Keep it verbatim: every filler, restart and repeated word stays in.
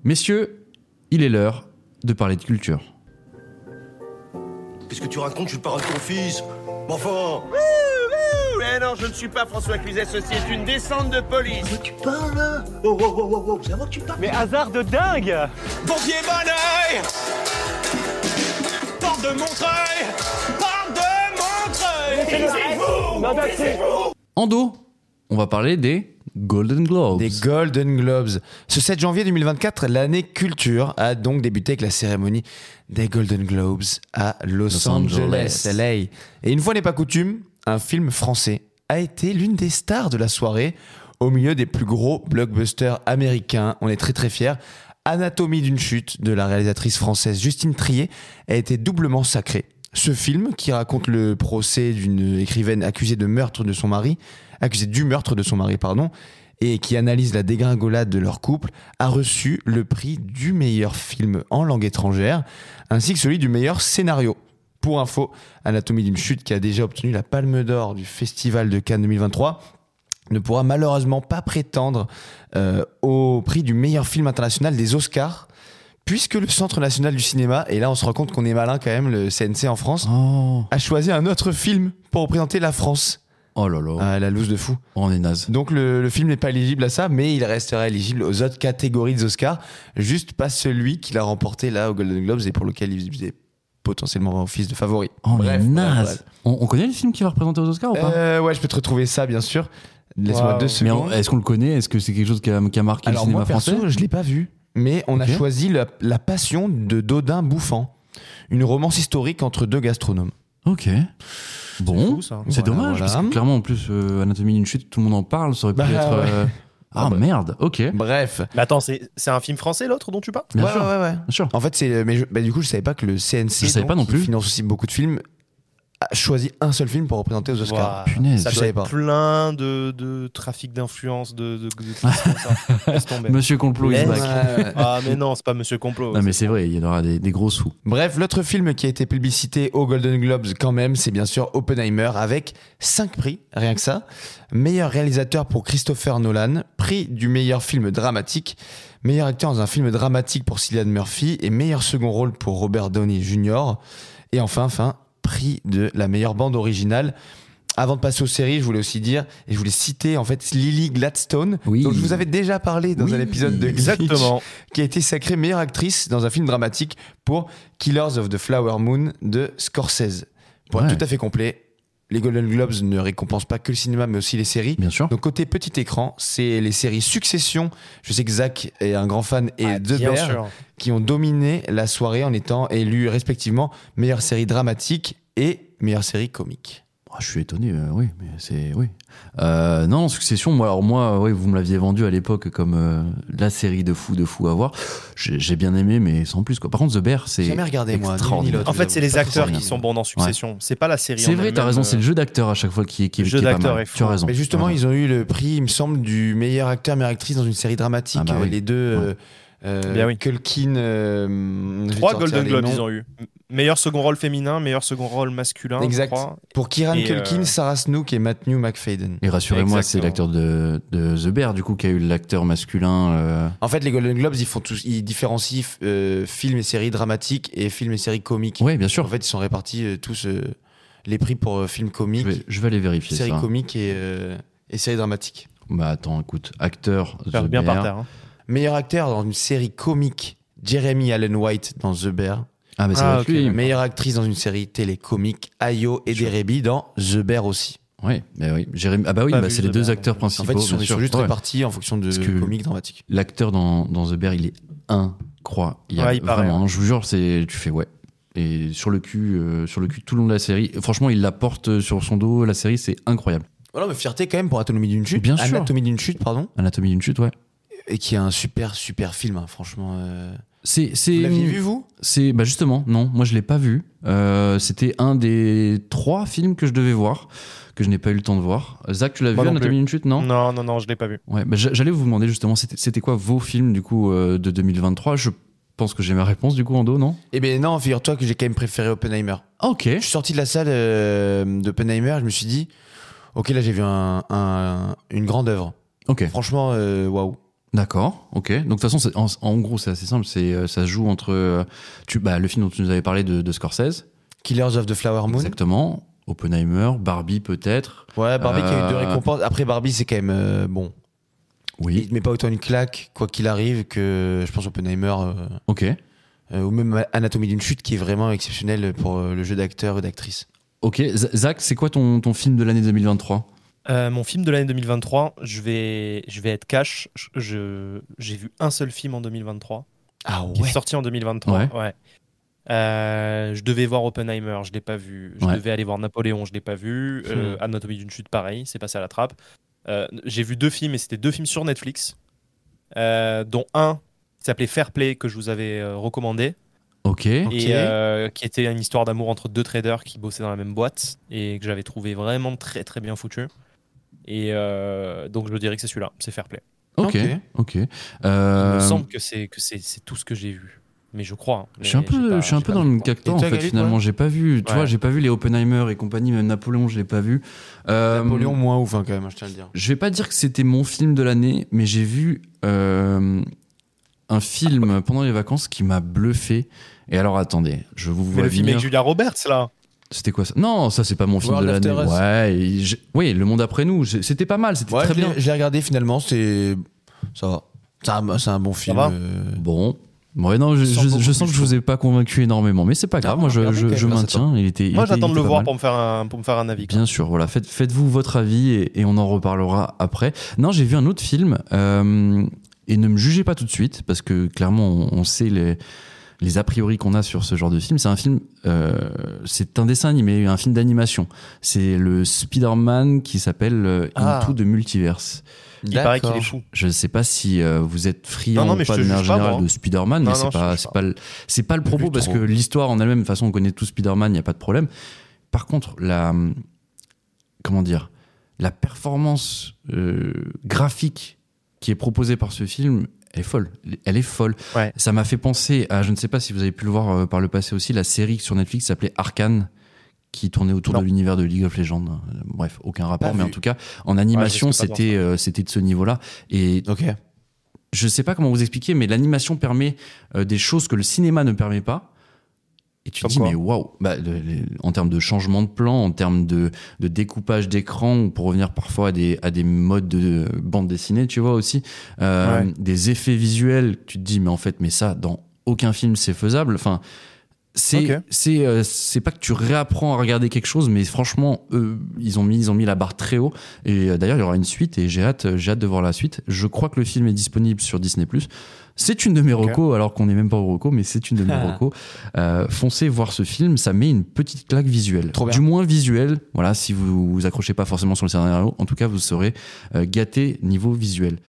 Messieurs, il est l'heure de parler de culture. Qu'est-ce que tu racontes? Je suis le parrain de ton fils. Mais enfin... Mais non, je ne suis pas François Cluzet, ceci est une descente de police. Mais tu parles là? Oh, oh, oh, oh, oh, c'est à moi que tu parles. Mais hasard de dingue! Pompier Bonneuil, porte de Montreuil, porte de Montreuil. Taisez-vous, taisez-vous. Ando, on va parler des Golden Globes. Des Golden Globes. Ce sept janvier deux mille vingt-quatre, l'année culture a donc débuté avec la cérémonie des Golden Globes à Los, Los Angeles, Angeles. L A. Et une fois n'est pas coutume, un film français a été l'une des stars de la soirée au milieu des plus gros blockbusters américains. On est très très fiers. Anatomie d'une chute de la réalisatrice française Justine Triet a été doublement sacrée. Ce film, qui raconte le procès d'une écrivaine accusée de meurtre de son mari, accusée du meurtre de son mari, pardon, et qui analyse la dégringolade de leur couple, a reçu le prix du meilleur film en langue étrangère, ainsi que celui du meilleur scénario. Pour info, Anatomie d'une chute, qui a déjà obtenu la Palme d'Or du Festival de Cannes deux mille vingt-trois, ne pourra malheureusement pas prétendre euh, au prix du meilleur film international des Oscars, puisque le Centre national du cinéma, et là on se rend compte qu'on est malin quand même, le C N C en France, Oh, a choisi un autre film pour représenter la France. oh là là, Ah, la loose de fou. oh, on est naze. Donc le, le film n'est pas éligible à ça, mais il restera éligible aux autres catégories des Oscars, juste pas celui qu'il a remporté là aux Golden Globes et pour lequel il faisait potentiellement office de favori. Oh, on Bref, est naze. bref, bref. On, on connaît le film qui va représenter aux Oscars ou pas? Euh, ouais, je peux te retrouver ça bien sûr. Laisse-moi Wow. deux Mais secondes. on- est-ce qu'on le connaît? Est-ce que c'est quelque chose qui a, qui a marqué Alors le cinéma moi perso, français? je l'ai pas vu, mais on Ok. a choisi la, la Passion de Dodin Bouffant, une romance historique entre deux gastronomes. Ok. Bon, fou, ça. c'est Voilà, dommage, voilà. parce que clairement, en plus, euh, Anatomie d'une chute, tout le monde en parle, ça aurait pu Bah, être... euh, ouais. Ah, Ah bah. merde, ok. Bref. Mais attends, c'est, c'est un film français l'autre dont tu parles? Bien ouais, sûr, ouais, ouais, ouais. bien sûr. En fait, c'est, mais je- bah, du coup, je savais pas que le C N C, Je savais donc, pas non qui plus. finance aussi beaucoup de films, a choisi un seul film pour représenter aux Oscars. Ouah, Punaise, ça je doit savais être pas. plein de, de trafic d'influence, de, de, de, de trucs comme ça. Laisse tomber. Monsieur Complot is Laisse- back. Ouais, ouais. Ah mais non, c'est pas Monsieur Complot. Non mais c'est vrai, il y en aura des, des gros sous. Bref, l'autre film qui a été publicité aux Golden Globes quand même, c'est bien sûr Oppenheimer, avec cinq prix, rien que ça. Meilleur réalisateur pour Christopher Nolan, prix du meilleur film dramatique, meilleur acteur dans un film dramatique pour Cillian Murphy et meilleur second rôle pour Robert Downey junior Et enfin, enfin, prix de la meilleure bande originale. Avant de passer aux séries, je voulais aussi dire, et je voulais citer en fait Lily Gladstone, Oui. dont je vous avais déjà parlé dans Oui, un épisode de Glitch, Exactement. qui a été sacrée meilleure actrice dans un film dramatique pour Killers of the Flower Moon de Scorsese. Pour Ouais. être tout à fait complet, les Golden Globes ne récompensent pas que le cinéma, mais aussi les séries. Bien sûr. Donc côté petit écran, c'est les séries Succession, je sais que Zach est un grand fan, et Ah, The bien Bear, sûr. qui ont dominé la soirée en étant élus respectivement meilleure série dramatique et meilleure série comique. Oh, je suis étonné, euh, oui, mais c'est... Oui. Euh, non, Succession, moi, alors moi, oui, vous me l'aviez vendu à l'époque comme euh, la série de fou, de fou à voir. J'ai, j'ai bien aimé, mais sans plus, quoi. Par contre, The Bear, c'est J'ai jamais regardé, moi, ni extraordinaire. l'autre. En fait, c'est les Pas acteurs trop qui bien. sont bons dans Succession. C'est pas la série. C'est en vrai, t'as elle-même, raison, euh, c'est le jeu d'acteur à chaque fois qui, qui, Le qui jeu est pas d'acteur mal. est fou. Tu as raison. Mais justement, tu as raison. ils ont eu le prix, il me semble, du meilleur acteur, meilleure actrice dans une série dramatique. Ah bah Euh, oui. Les deux, euh, euh, Bien oui. Culkin. euh, je vais Trois te sortir Golden les Globes, noms. ils ont eu. Meilleur second rôle féminin, meilleur second rôle masculin. Exact. je crois. Pour Kieran Et, Culkin, euh, Sarah Snook et Matthew McFadden. Et rassurez-moi, c'est Exactement. l'acteur de, de The Bear, du coup, qui a eu l'acteur masculin. euh, En fait, les Golden Globes, ils font tous, ils différencient euh, films et séries dramatiques et films et séries comiques. Ouais, bien En sûr. fait, ils sont répartis euh, tous euh, les prix pour euh, films Je comiques, vais, je vais aller vérifier séries ça. comiques et, euh, et séries dramatiques. Bah attends, écoute, acteur The Faire bien Bear. par terre. hein. Meilleur acteur dans une série comique, Jeremy Allen White dans The Bear. Ah bah ça Ah, va être ok, lui. d'accord. Meilleure actrice dans une série télé comique, Ayo Ederabi dans The Bear aussi. Ouais, bah oui. Jérémy... Ah bah oui, Pas bah vu c'est les The deux Bear, acteurs donc. principaux. En fait, ils sont, bien ils sûr. sont juste Ouais. répartis en fonction de Parce que- comiques dramatiques. L'acteur dans, dans The Bear, il est incroyable. Ouais, il paraît, Vraiment, ouais. hein, je vous jure, c'est, tu fais ouais. Et sur le cul, euh, sur le cul tout le long de la série. Franchement, il la porte sur son dos. La série, c'est incroyable. Voilà, mais fierté quand même pour Anatomie d'une chute. Bien sûr. Anatomie d'une chute, pardon. Anatomie d'une chute, ouais. Et qui est un super, super film, hein, franchement. euh. C'est, c'est, Vous l'aviez vu, vous C'est bah justement non, moi je l'ai pas vu. Euh, c'était un des trois films que je devais voir que je n'ai pas eu le temps de voir. Zach, tu l'as Moi vu non Anatomie plus. d'une chute, non? Non, non, non, je l'ai pas vu. Ouais, bah, j'a- j'allais vous demander justement, c'était, c'était quoi vos films du coup euh, de deux mille vingt-trois? Je pense que j'ai ma réponse du coup en dos, non? Eh bien non, figure-toi que j'ai quand même préféré Oppenheimer. Ah, ok. Je suis sorti de la salle euh, d'Oppenheimer, je me suis dit, ok, là j'ai vu un, un- une grande œuvre. Ok. Franchement, euh, waouh. D'accord, ok. Donc de toute façon, c'est- en, en gros, c'est assez simple. C'est, euh, ça se joue entre euh, tu, bah, le film dont tu nous avais parlé de, de Scorsese, Killers of the Flower Moon. exactement. Oppenheimer, Barbie peut-être. Ouais, Barbie qui a eu deux Euh, récompenses. Après, Barbie, c'est quand même euh, bon. Oui. Il te met pas autant une claque, quoi qu'il arrive, que je pense Oppenheimer euh, Ok. euh, ou même Anatomie d'une chute, qui est vraiment exceptionnel pour euh, le jeu d'acteur et d'actrice. Ok. Z- Zach, c'est quoi ton, ton film de l'année deux mille vingt-trois? Euh, mon film de l'année deux mille vingt-trois, je vais, je vais être cash. Je, je- j'ai vu un seul film en deux mille vingt-trois, Ah qui est sorti en deux mille vingt-trois. Ouais. Ouais. Euh, je devais voir Oppenheimer, je l'ai pas vu. Je Ouais. devais aller voir Napoléon, je l'ai pas vu. Euh, Hmm. Anatomie d'une chute, pareil, c'est passé à la trappe. Euh, j'ai vu deux films et c'était deux films sur Netflix, euh, dont un qui s'appelait Fair Play que je vous avais euh, recommandé. Ok. Ok. Et euh, qui était une histoire d'amour entre deux traders qui bossaient dans la même boîte et que j'avais trouvé vraiment très très bien foutu. Et euh, donc je dirais que c'est celui-là, c'est Fair Play. Ok. Ok. Ok. Il Euh, me semble que c'est que c'est c'est tout ce que j'ai vu, mais je crois. hein. Je suis un Mais j'ai peu, pas- je suis un j'ai peu pas dans vu le le même cas que Et toi, en toi, fait, Gaël, finalement. toi J'ai pas vu, tu Ouais. vois, j'ai pas vu les Oppenheimer et compagnie, même Napoléon, je l'ai pas vu. Euh, Napoléon, moins ouf, hein, quand même, je tiens à le dire. Je vais pas dire que c'était mon film de l'année, mais j'ai vu euh, un film pendant les vacances qui m'a bluffé. Et alors, attendez, je vous Mais vois le film venir. avec Julia Roberts là. C'était quoi ça? Non, ça, c'est pas mon film World de After l'année. Us. Ouais, et j'ai- oui, Le Monde après nous. j'ai- C'était pas mal, c'était Ouais, très je l'ai- bien. je l'ai regardé finalement, c'est. Ça va. C'est un, c'est un bon film. va euh, Bon. Ouais, non, je, Sans je- beaucoup je sens plus que je vous ai pas convaincu énormément, mais c'est pas grave. Non, Moi, je, regardez je, quand même, je là, c'est maintiens. Il était, il Moi était- j'attends il de le était pas voir mal. pour me faire un pour me faire un avis. quoi. Bien sûr, voilà. Faites, faites-vous votre avis et, et on en reparlera après. Non, j'ai vu un autre film euh, et ne me jugez pas tout de suite parce que clairement, on, on sait les, les a priori qu'on a sur ce genre de film. C'est un film, euh, c'est un dessin animé, un film d'animation. C'est le Spider-Man qui s'appelle euh, Ah. Into the Multiverse. Il paraît qu'il d'accord. est fou. Je ne sais pas si euh, vous êtes friand Non, non, ou mais je pas te de manière juge pas, générale moi. de Spider-Man, Non, mais non, c'est je te pas, juge c'est pas. pas, le, c'est pas le propos Plus parce trop. que l'histoire en elle-même, de toute façon, on connaît tous Spider-Man, il n'y a pas de problème. Par contre, la, comment dire, la performance euh, graphique qui est proposée par ce film, elle est folle. Elle est folle. Ouais. Ça m'a fait penser à, je ne sais pas si vous avez pu le voir euh, par le passé aussi, la série sur Netflix qui s'appelait Arcane, qui tournait autour Non. de l'univers de League of Legends. Euh, Bref, aucun rapport, Pas mais vu. en tout cas, en animation, Ouais, je risque pas de c'était euh, c'était de ce niveau-là. Et Ok. je sais pas comment vous expliquer, mais l'animation permet euh, des choses que le cinéma ne permet pas. Et tu te Comme dis, quoi mais waouh, bah, le- le- en termes de changement de plan, en termes de, de découpage d'écran, ou pour revenir parfois à des, à des modes de bande dessinée, tu vois aussi, euh, Ouais. des effets visuels, tu te dis, mais en fait, mais ça, dans aucun film, c'est faisable. Enfin, c'est Ok. c'est euh, c'est pas que tu réapprends à regarder quelque chose, mais franchement, eux, ils ont mis, ils ont mis la barre très haut. Et euh, d'ailleurs, il y aura une suite, et j'ai hâte, j'ai hâte de voir la suite. Je crois que le film est disponible sur Disney plus. C'est une de mes Ok. recos, alors qu'on n'est même pas au reco, mais c'est une de mes recos. Euh, foncez voir ce film, ça met une petite claque visuelle. Trop bien. Du moins visuelle, voilà, si vous vous accrochez pas forcément sur le scénario, en tout cas, vous serez euh, gâté niveau visuel.